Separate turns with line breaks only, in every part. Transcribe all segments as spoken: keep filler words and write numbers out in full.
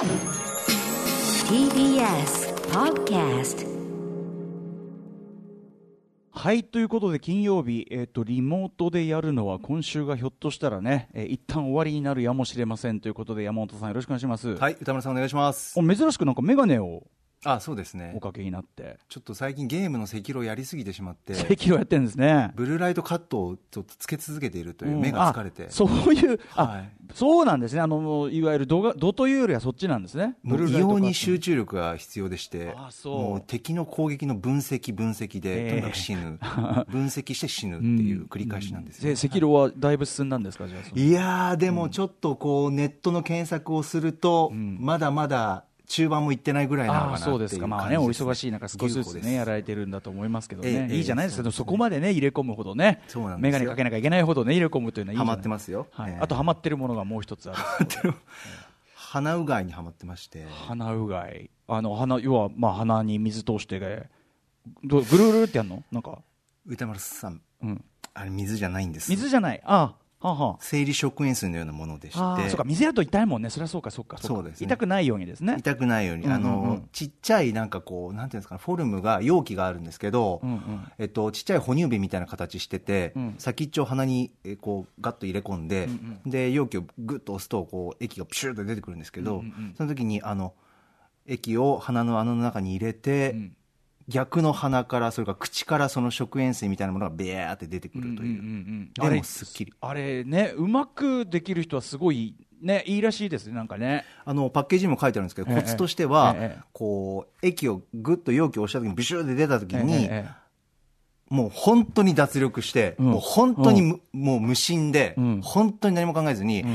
ティービーエス Podcast。
はい、ということで金曜日、えー、とリモートでやるのは今週がひょっとしたらね、えー、一旦終わりになるやもしれませんということで、山本さんよろしくお願いします。
はい、歌村さんお願いします。
お珍しくなんかメガネを
あ、そうですね、
おかけになって、
ちょっと最近ゲームの赤色をやりすぎてしまって、
赤色やってるんですね。
ブルーライトカットをちょっとつけ続けているという、うん、目が疲れて、
そういう、あ、
はい、
そうなんですね。あのいわゆる度が度というよりはそっちなんですね。
もう異様に集中力が必要でして、
あ、そう、
もう敵の攻撃の分析分析で、えー、とにかく死ぬ分析して死ぬっていう繰り返しなんですよ、
うん、赤色はだいぶ進んだんですか、じゃあ。
いやーでもちょっとこうネットの検索をすると、うん、まだまだ中盤もいってないぐらいなのかなっていう感じですね。
まあね、お忙しい中少しずつねやられてるんだと思いますけどね、ええ、いいじゃないですけど、そこまでね入れ込むほどね、メガネかけなきゃいけないほどね入れ込むというのはいいじゃない。
ハマってますよ、
はい、
えー、
あとハマってるものがもう一つある。
鼻うがいにハマってまして。
鼻うがい、あの鼻、要はまあ鼻に水通してどぐるぐるってやるの、なんか
歌丸さん、
うん、
あれ水じゃないんです。
水じゃない、ああ、はは
生理食塩水のようなものでして、あ、
そうか、水やると痛いもんね。それはそうか、そうか、
そうですね、
痛くないようにですね。
痛くないように、あの、うんうんうん、ちっちゃいなんかこうなんていうんですかね、フォルムが容器があるんですけど、うんうん、えっと、ちっちゃい哺乳瓶みたいな形してて、うん、先っちょを鼻にえこうガッと入れ込んで、うんうん、で容器をグッと押すとこう液がプシューと出てくるんですけど、うんうん、その時にあの液を鼻の穴の中に入れて、うん、逆の鼻からそれから口からその食塩水みたいなものがベーって出てくるという、うんうんうんうん、でもすっきり、
あれね、うまくできる人はすごいね、いいらしいですね。なんかね、あ
のパッケージにも書いてあるんですけど、ええ、コツとしては、ええ、こう液をグッと容器を押した時にビシューで出た時に、ええ、もう本当に脱力して、うん、もう本当に、うん、もう無心で、うん、本当に何も考えずに、うん、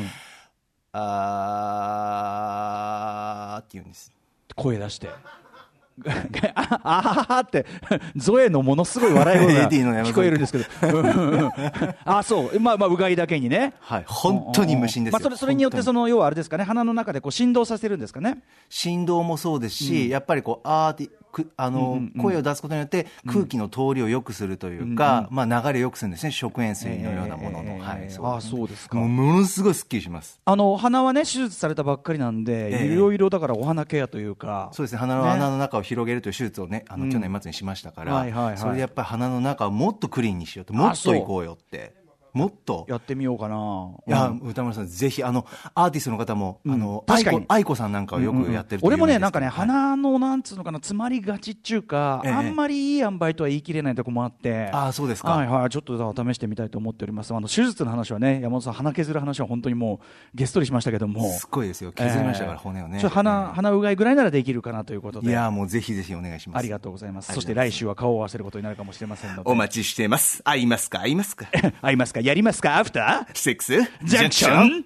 あーって言うんです。
声出してああははってゾエのものすごい笑い声が聞こえるんですけどあ、そう、まあまあうがいだけにね、
はい、本当に無心ですよ。
まあ、それ、それによってその要はあれですかね、鼻の中でこう振動させるんですかね。
振動もそうですし、うん、やっぱりこうあーってあの、うんうんうん、声を出すことによって空気の通りを良くするというか、うんうん、まあ、流れを良くするんですね、食塩水のようなものの、えーはい、そう
あ、そうですか。
もうものすごいすっきりします。
あの鼻はね手術されたばっかりなんで、えー、いろいろだからお鼻ケアというか、
そうですね、鼻の穴の中を広げるという手術をね、あの去年末にしましたから、うんはいはいはい、それでやっぱり鼻の中をもっとクリーンにしようと、もっといこうよって、もっと
やってみようかな。
いや、歌丸さんぜひ、あのアーティストの方も、うん、あの確かに愛子さんなんかをよくやってるという、
うんうん、俺もねなんかね、はい、鼻のなんつうのかな、詰まりがちっちゅうか、ええ、あんまりいい塩梅とは言い切れないとこもあって、
あ、そうですか、
はいはい、ちょっと試してみたいと思っております。あの手術の話はね、山本さん鼻削る話は本当にもうゲストりしましたけども、
すごいですよ、削りましたから、えー、骨をね、
ちょ鼻、えー、鼻うがいぐらいならできるかなということで、
いやもうぜひぜひお願いします。
ありがとうございます。そして来週は顔を合わせることになるかもしれませんので、
お待ちしています。会いますか会いますか
会いますか、やりますか、アフター
セックス
ジャンクション。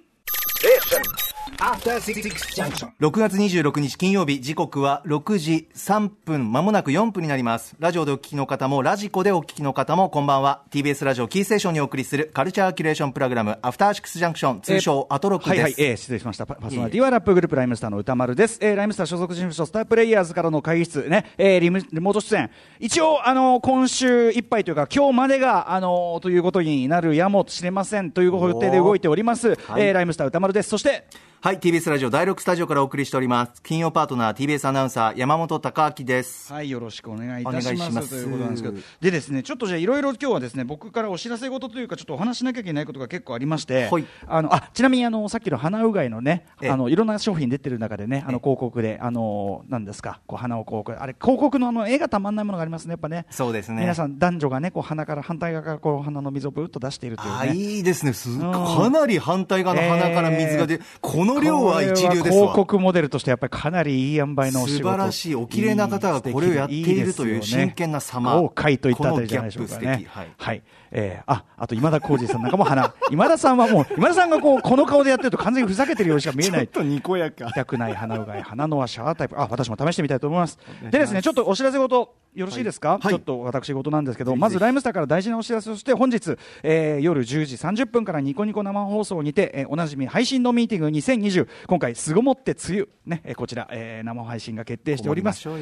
ろくがつにじゅうろくにち金曜日、時刻はろくじさんぷん、まもなくよんぷんになります。ラジオでお聞きの方もラジコでお聞きの方もこんばんは。 ティービーエス ラジオキーステーションにお送りするカルチャーキュレーションプログラム、アフターシックスジャンクション、通称アトロクです。
はいはい、えー、失礼しました。パーソナリティはラップグループライムスターの歌丸です。えー、ライムスター所属事務所スタープレイヤーズからの会議室ね、えー、リ, リモート出演、一応あの今週いっぱいというか今日までがあのということになるやもしれませんという予定で動いております。はい、えー、ライムスター歌丸です。そして
はい、 ティービーエス ラジオだいろくスタジオからお送りしております。金曜パートナー ティービーエス アナウンサー山本貴明です。
はい、よろしくお願いいたします。ということなんですけど、でですね、ちょっとじゃあいろいろ今日はですね、僕からお知らせ事というかちょっとお話しなきゃいけないことが結構ありまして、はい、あのあちなみにあのさっきの鼻うがいのね、あのいろんな商品出てる中でね、あの広告であの何ですか、こう鼻をこうあれ広告のあの絵がたまんないものがありますね、やっぱね。
そうですね。
皆さん男女がねこう鼻から反対側からこう鼻の水をブーッと出しているというね。
あ、いいですね。すかなり反対側の鼻から水が出、えー、この量は一流ですわ。
広告モデルとしてやっぱりかなりいい塩梅のお仕事、
素晴らしい、お綺麗な方がこれをやっているという真剣な様、
豪快といったあたりじゃないでしょうかね。はい、はい、えー、ああと今田耕司さんなんかも鼻今田さんはもう今田さんがこうこの顔でやってると完全にふざけてるようにしか見えない。
ちょっとにこやか。
痛くない鼻うがい、鼻のはシャワータイプ、あ、私も試してみたいと思います。でですね、ちょっとお知らせ事よろしいですか、
はい、
ちょっと私事なんですけど、まずライムスターから大事なお知らせとして、本日、えー、夜じゅうじさんじゅっぷんからニコニコ生放送にて、えー、おなじみ配信のミーティングにせんにじゅう、今回すごもって梅雨、ねえー、こちら、えー、生配信が決定しております。はい、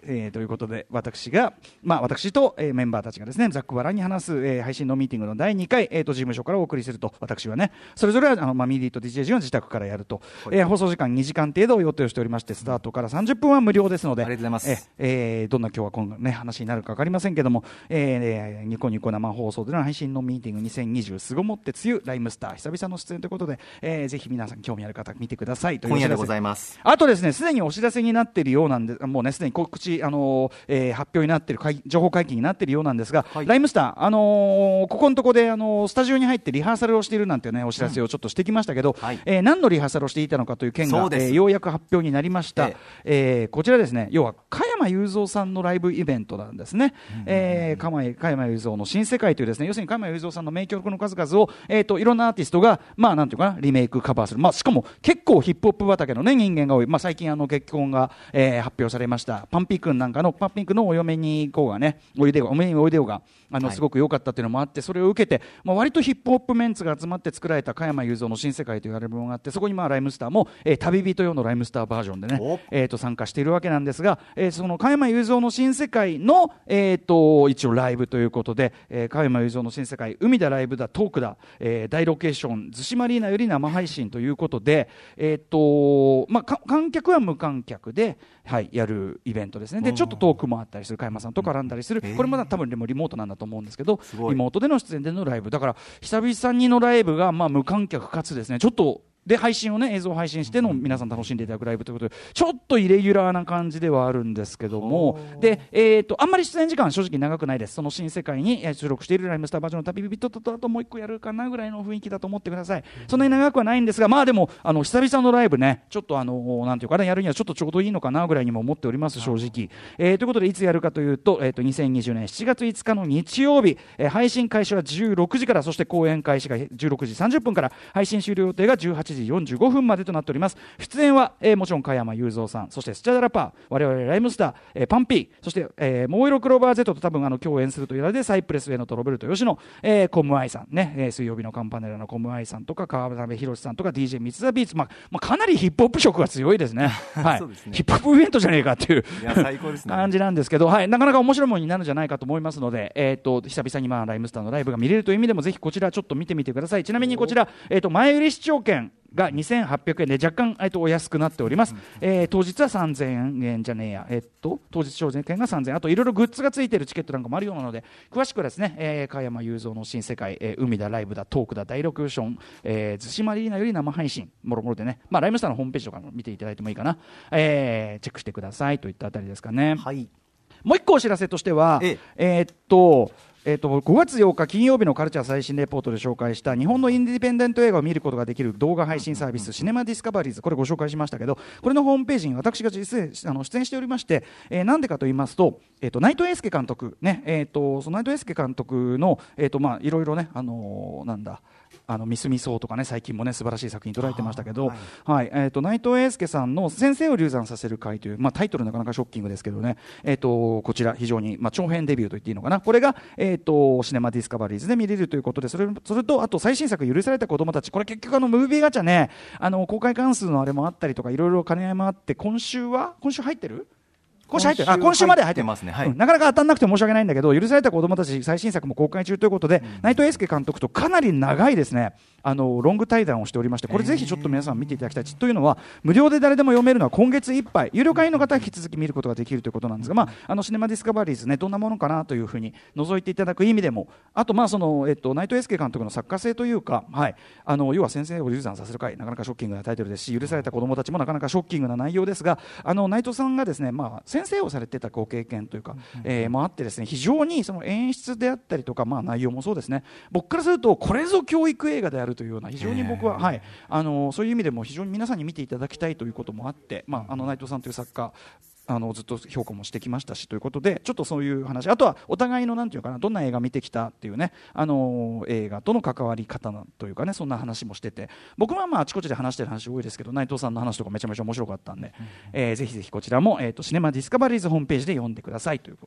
えー、ということで私が、まあ、私と、えー、メンバーたちがですねざっくばらんに話す、えー、配信のミーティングのだいにかい、えー、と事務所からお送りすると、私はねそれぞれはあの、まあ、ミディと ディージェー 陣は自宅からやると、はい、えー、放送時間にじかん程度を予定しておりまして、スタートからさんじゅっぷんは無料ですので、
ありがとうございます。
えー、どんな今日は今後、ね、話になるか分かりませんけども、えー、ニコニコ生放送での配信のミーティングにせんにじゅうすごもって梅雨ライムスター久々の出演ということで、えー、ぜひ皆さん興味ある方見てくださいという
今夜でございます。
あとですね、すでにお知らせになっているようなんで、もうねすでに告知、あのーえー、発表になっている情報解禁になっているようなんですが、はい、ライムスター、あのー、ここのとこで、あのー、スタジオに入ってリハーサルをしているなんて、ね、お知らせをちょっとしてきましたけど、うん、はい、えー、何のリハーサルをしていたのかという件が、えー、ようやく発表になりました。えええー、こちらですね、要は加山雄三さんのライブイベントなんですね。うん、えー、加山雄三の新世界というですね、要するに加山雄三さんの名曲の数々を、えー、といろんなアーティストが、まあ、なんていうかな、リメイクカバーする、まあ、しかも結構ヒップホップ畑の、ね、人間が多い、まあ、最近あの結婚が、えー、発表されましたパンピー君なんかのパンピー君のお嫁に行こうがね、おいでよお嫁においでよがあの、はい、すごく良かったっていうのもあって、それを受けて、まあ、割とヒップホップメンツが集まって作られた加山雄三の新世界というアルバムがあって、そこにまあライムスターも、えー、旅人用のライムスターバージョンでね、えー、と参加しているわけなんですが、えー、その加山雄三の新世界の、えー、と一応ライブということで、えー、加山雄三の新世界海だライブだトークだ、えー、大ロケーション逗子マリーナより生配信ということで、えーとまあ、観客は無観客で、はい、やるイベントですね。でちょっとトークもあったりする、加山さんと絡んだりする、これも多分でもリモートなんだと思うんですけど、リモートでの出演でのライブだから、久々にのライブがまあ無観客かつですね、ちょっとで配信をね映像配信しての皆さん楽しんでいただくライブということで、ちょっとイレギュラーな感じではあるんですけども、で、えー、とあんまり出演時間正直長くないです。その新世界に収録しているライムスターバージョンの旅人とあともう一個やるかなぐらいの雰囲気だと思ってください。そんなに長くはないんですが、まあでもあの久々のライブね、ちょっとあのなんていうかな、やるにはちょっとちょうどいいのかなぐらいにも思っております正直。えー、ということでいつやるかというと、えー、とにせんにじゅうねんしちがついつかの日曜日、えー、配信開始はじゅうろくじから、そして公演開始がじゅうろくじさんじゅっぷんから、配信終了予定がじゅうはちじよんじゅうごふんまでとなっております。出演は、えー、もちろん加山雄三さん、そしてスチャダラパー、我々ライムスター、えー、パンピー、そして、えー、桃色クローバー Z と多分あの共演するというので、サイプレスウェイのトロベルト吉野、えー、コムアイさんね、えー、水曜日のカンパネラのコムアイさんとか川辺博さんとか ディージェー 三ツザビーツ、まあまあ、かなりヒップホップ色が強いですね。はい、そうですね、ヒップホップイベントじゃねえかっていういや最高ですね感じなんですけど、はい、なかなか面白いものになるんじゃないかと思いますので、えー、と久々にまあライムスターのライブが見れるという意味でもぜひこちらちょっと見てみてください。ちなみにこちら、えー、と前売り視聴券がにせんはっぴゃくえんで若干、えっと、お安くなっております。えー、当日はさんぜんえんじゃねえや、えっと、当日商品券がさんぜんえん、あといろいろグッズがついているチケットなんかもあるようなので、詳しくはですね、えー、加山雄三の新世界、えー、海だライブだトークだ大ロケーション、えー、逗子マリーナより生配信もろもろでね、まあ、ライムスターのホームページとかも見ていただいてもいいかな、えー、チェックしてくださいといったあたりですかね。はい、もう一個お知らせとしては、ええー、っとえー、とごがつようか金曜日のカルチャー最新レポートで紹介した日本のインディペンデント映画を見ることができる動画配信サービスシネマディスカバリーズ、これご紹介しましたけど、これのホームページに私が実演あの出演しておりまして、えー、なんでかと言いますと、えー、と内藤英介監督ね、えー、とその内藤英介監督の、えーとまあ、いろいろね、あのー、なんだあのミスミソウとかね、最近もね素晴らしい作品捉えてましたけど、はいはい、えー、と内藤英介さんの先生を流産させる会という、まあ、タイトルなかなかショッキングですけどね、えー、とこちら非常に、まあ、長編デビューと言っていいのかな、これが、えー、とシネマディスカバリーズで見れるということで、それ、それとあと最新作許された子供たち、これ結局あのムービーガチャね、あの公開関数のあれもあったりとかいろいろ兼ね合いもあって、今週は今週入ってる今週入ってるあ今週まで入ってますね、はい、うん、なかなか当たんなくて申し訳ないんだけど、許された子供たち最新作も公開中ということで、うん、内藤英介監督とかなり長いですねあのロング対談をしておりまして、これぜひちょっと皆さん見ていただきたい。というのは無料で誰でも読めるのは今月いっぱい、有料会員の方は引き続き見ることができるということなんですが、まあ、あのシネマディスカバリーズね、どんなものかなというふうに覗いていただく意味でも、あとまあその、えっと、内藤英介監督の作家性というか、はい、あの要は先生を流産させる会、なかなかショッキングなタイトルですし、許された子供たちもなかなかショッキングな内容ですが、あの内藤さんがですね、まあ、先生をされてたご経験というか、えー、もあってですね、非常にその演出であったりとか、まあ、内容もそうですね、僕からするとこれぞ教育映画であるというような、非常に僕は、はい、あのそういう意味でも非常に皆さんに見ていただきたいということもあって、まあ、あの内藤さんという作家あのずっと評価もしてきましたしということで、ちょっとそういう話、あとはお互いのなんていうかな、どんな映画見てきたっていうね、あの映画との関わり方というかね、そんな話もしてて、僕はまああちこちで話してる話多いですけど、内藤さんの話とかめちゃめちゃ面白かったんで、うん、えー、ぜひぜひこちらも、えー、とシネマディスカバリーズホームページで読んでくださいということ。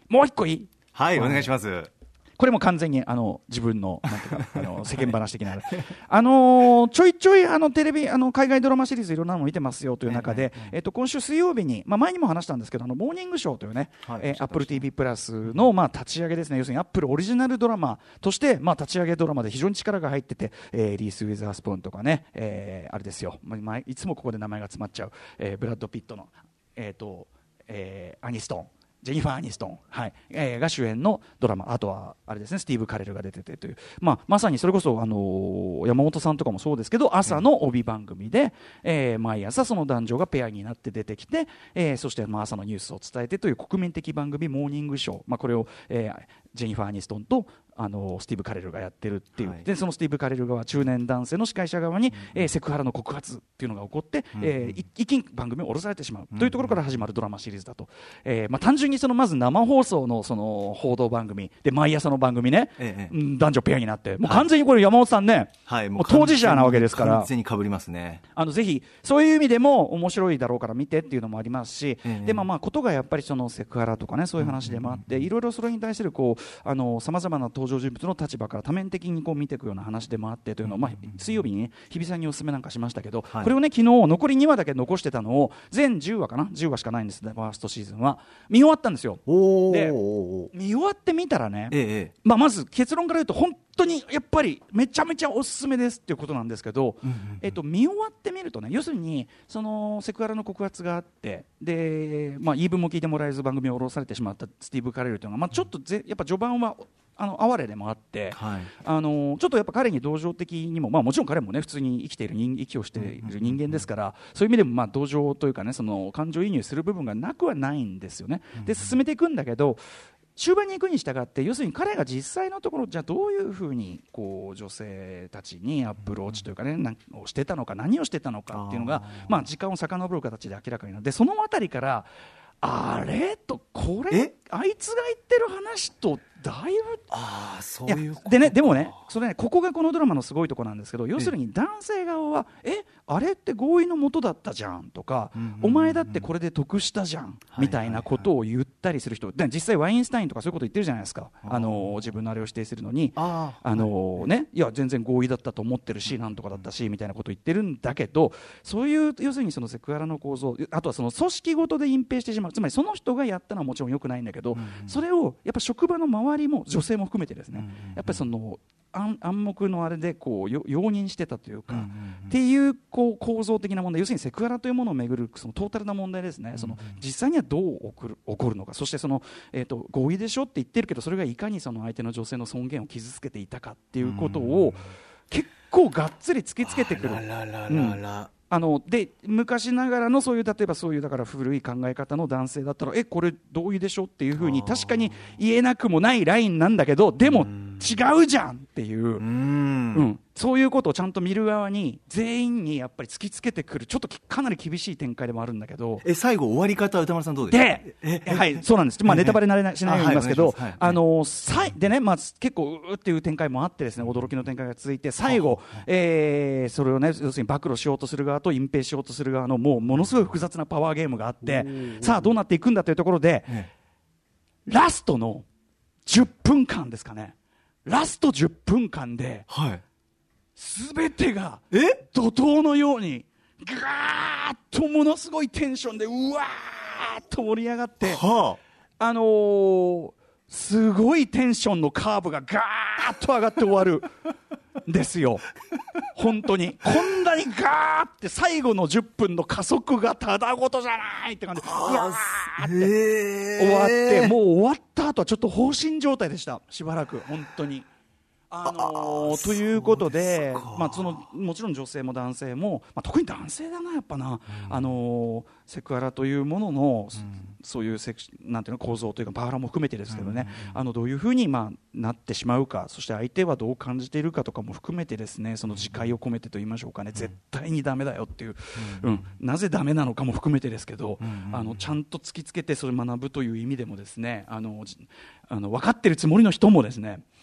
もう一個いい？
はい、お願いします。
これも完全にあの自分のなんていうかあの世間話的なあのー、ちょいちょいあのテレビあの海外ドラマシリーズいろんなの見てますよという中で、えっと、今週水曜日に、まあ、前にも話したんですけどあのモーニングショーというね、はい、えー、Apple ティーブイ プラスの、まあ、立ち上げですね。要するに Apple オリジナルドラマとして、まあ、立ち上げドラマで非常に力が入ってて、えー、リース・ウィザースポーンとかね、えー、あれですよ、まあ、いつもここで名前が詰まっちゃう、えー、ブラッド・ピットの、えーとえー、アニストンジェニファー・アニストン、はいえー、が主演のドラマ、あとはあれですね、スティーブ・カレルが出ててという、まあ、まさにそれこそ、あのー、山本さんとかもそうですけど朝の帯番組で、うんえー、毎朝その男女がペアになって出てきて、えー、そしてまあ朝のニュースを伝えてという国民的番組モーニングショー、まあ、これを、えー、ジェニファー・アニストンとあのスティーブ・カレルがやってるっていう、はい、でそのスティーブ・カレル側中年男性の司会者側に、うんえー、セクハラの告発っていうのが起こって、うんえー、一気に番組を降ろされてしまう、うん、というところから始まるドラマシリーズだと、えーまあ、単純にそのまず生放送 の, その報道番組で毎朝の番組ね、ええ、男女ペアになってもう完全にこれ山本さんね、はい、もう当事者なわけですから
完全に被りますね。
あのぜひそういう意味でも面白いだろうから見てっていうのもありますし、ええ、でまあまあことがやっぱりそのセクハラとかねそういう話でもあって、うん、いろいろそれに対するこうさまざまな登場人物の立場から多面的にこう見ていくような話でもあってというのを、まあ、水曜日に、ね、日比さんにお勧めなんかしましたけど、はい、これをね昨日残りにわだけ残してたのを全じゅうわかなじゅうわしかないんですね。ファーストシーズンは見終わったんですよ。で見終わってみたらね、ええまあ、まず結論から言うと本当にやっぱりめちゃめちゃおすすめですっていうことなんですけど、うんうんうんえっと、見終わってみるとね要するにそのセクハラの告発があってで、まあ、言い分も聞いてもらえず番組を降ろされてしまったスティーブ・カレルというのが、まあ、ちょっとぜやっぱ序盤はあの哀れでもあって、はい、あのちょっとやっぱ彼に同情的にも、まあ、もちろん彼もね普通に生きている人息をしている人間ですから、うんうんうん、そういう意味でもまあ同情というかねその感情移入する部分がなくはないんですよね。で進めていくんだけど終盤に行くに従って要するに彼が実際のところじゃあどういうふうにこう女性たちにアプローチというかね何をしてたのか何をしてたのかっていうのがまあ時間を遡る形で明らかになってそのあたりからあれとこれあいつが言ってる話とだいぶ
あそういうこと
でねでもねそれねここがこのドラマのすごいところなんですけど要するに男性側はえあれって合意のもとだったじゃんとか、うんうんうんうん、お前だってこれで得したじゃん、はいはいはい、みたいなことを言ったりする人で実際ワインスタインとかそういうこと言ってるじゃないですか。あの自分のあれを指定するのにああの、はいね、いや全然合意だったと思ってるしなんとかだったしみたいなことを言ってるんだけどそういう要するにそのセクハラの構造あとはその組織ごとで隠蔽してしまうつまりその人がやったのはもちろん良くないんだけど、うんうん、それをやっぱ職場の周りも女性も含めてですね、うんうんうん、やっぱりその暗, 暗黙のあれでこう容認してたというか、うんうんうん、っていうこう構造的な問題要するにセクハラというものをめぐるそのトータルな問題ですね、うんうん、その実際にはどう起こる、起こるのかそしてその、えーと、合意でしょって言ってるけどそれがいかにその相手の女性の尊厳を傷つけていたかっていうことを結構がっつり突きつけてくる。あららららら、うんあので昔ながらのそういう例えばそういうだから古い考え方の男性だったらえこれ同意でしょっていう風に確かに言えなくもないラインなんだけどでも違うじゃんっていう、うん、うん、そういうことをちゃんと見る側に全員にやっぱり突きつけてくるちょっとかなり厳しい展開でもあるんだけどえ
最後終わり方は歌丸さんどうですか。
ではいそうなんです、まあ、ネタバレなれなしないように言いますけどあのさいでね、まあ、結構うーっていう展開もあってですね驚きの展開が続いて最後、えー、それをね要するに暴露しようとする側と隠蔽しようとする側のもうものすごい複雑なパワーゲームがあってさあどうなっていくんだというところでラストのじゅっぷんかんですかねラストじゅっぷんかんで、はい、全てが怒涛のようにガーッとものすごいテンションでうわーっと盛り上がって、はあ、あのー、すごいテンションのカーブがガーッと上がって終わるですよ本当にこんなにガーって最後のじゅっぷんの加速がただごとじゃないって感じでうわーって終わってもう終わった後はちょっと放心状態でしたしばらく本当にあのー、ということで、まあ、そのもちろん女性も男性も、まあ、特に男性だなやっぱな、うんあのー、セクハラというものの、うん、そういうセクなんていうの構造というかパワハラも含めてですけどね、うん、あのどういうふうに、まあ、なってしまうかそして相手はどう感じているかとかも含めてですねその自戒を込めてと言いましょうかね、うん、絶対にダメだよっていう、うんうん、なぜダメなのかも含めてですけど、うん、あのちゃんと突きつけてそれを学ぶという意味でもですねあのあの分かっているつもりの人もですね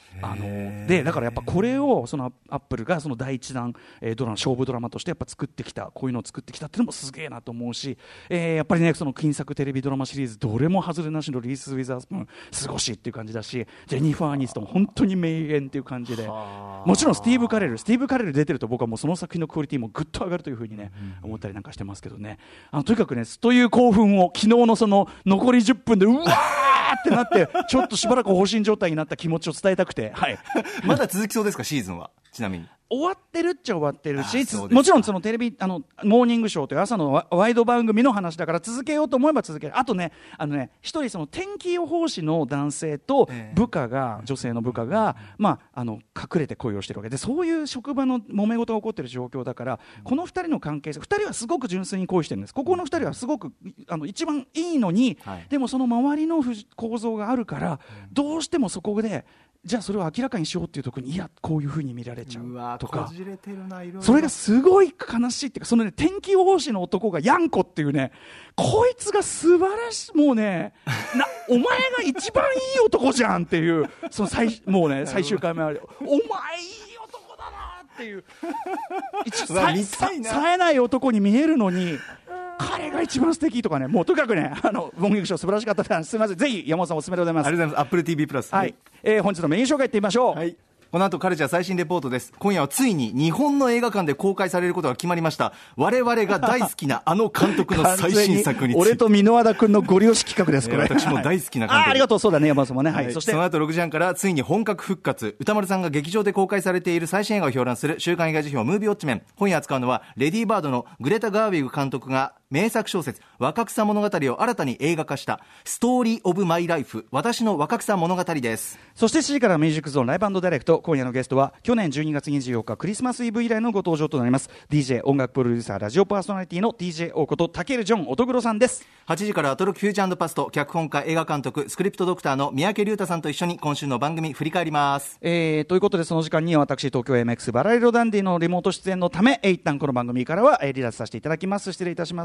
あのでだからやっぱこれをそのアップルがその第一弾、えー、ドラマ勝負ドラマとしてやっぱ作ってきた、こういうのを作ってきたっていうのもすげえなと思うし、えー、やっぱりねその金作テレビドラマシリーズどれも外れなしのリース・ウィザースプーンすごしっていう感じだし、ジェニファー・アニストン本当に名言っていう感じで、もちろんスティーブ・カレルスティーブ・カレル出てると僕はもうその作品のクオリティもぐっと上がるというふうにね、うん、思ったりなんかしてますけどね。あのとにかくねという興奮を昨日のその残りじゅっぷんでうわーってなってちょっとしばらく放心状態になった気持ちを伝えたくて、はい、
まだ続きそうですかシーズンは。ちなみに
終わってるっちゃ終わってるし、もちろんそのテレビあのモーニングショーという朝のワイド番組の話だから続けようと思えば続ける。あとねあのね一人その天気予報士の男性と部下が、えー、女性の部下が、まあ、あの隠れて恋をしてるわけで、そういう職場の揉め事が起こってる状況だから、うん、このふたりの関係性ふたりはすごく純粋に恋してるんです。ここのふたりはすごくあの一番いいのに、はい、でもその周りの構造があるから、うん、どうしてもそこでじゃあそれを明らかにしようっていうところにいやこういう風に見られちゃうとか、それがすごい悲しいっていうか、そのね天気予報士の男がヤンコっていうね、こいつが素晴らしい、もうねなお前が一番いい男じゃんっていうその最もうね最終回目はお前いい男だなっていう一さ冴えない男に見えるのに彼が一番素敵とかね、もうとにかくねあのモーニングショー素晴らしかったです。すみません、ぜひ山本さんおすすめでございます。
ありがとうございます。 Apple ティーブイ プラス、
はい、えー、本日のメイン紹介いってみましょう。はい、
この後カルチャー最新レポートです。今夜はついに日本の映画館で公開されることが決まりました。我々が大好きなあの監督の最新作について
俺と箕輪田君のご利用し企画ですこれ。
私も大好きな監督、
あ, ありがとう。そうだね山本さんもね、はいはい、そして
その後ろくじはんからついに本格復活、歌丸さんが劇場で公開されている最新映画を評論する週刊映画辞表ムービーウォッチメン。今夜扱うのはレディーバードのグレタ・ガーウィグ監督が名作小説若草物語を新たに映画化したストーリーオブマイライフ、私の若草物語です。
そしてしちじからミュージックゾーンライブ&ダイレクト。今夜のゲストは去年じゅうにがつにじゅうよっかクリスマスイブ以来のご登場となります ディージェー 音楽プロデューサーラジオパーソナリティの ディージェー 王ことタケルジョン乙黒さんです。
はちじからアトロックフューチャー&パスト、脚本家映画監督スクリプトドクターの三宅龍太さんと一緒に今週の番組振り返ります。
えー、ということでその時間には私東京 エムエックス バラ色ロダンディのリモート出演のため一旦この番組からは離脱させていただきます。失礼いたします。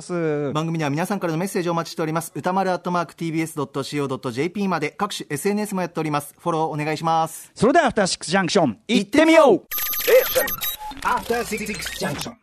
番組には皆さんからのメッセージをお待ちしております。歌丸アットマーク ティービーエスドットシーオードットジェーピー まで各種 エスエヌエス もやっております。フォローお願いします。
それではアフターシックスジャンクション行ってみよう。
アフターシックスジャンクション。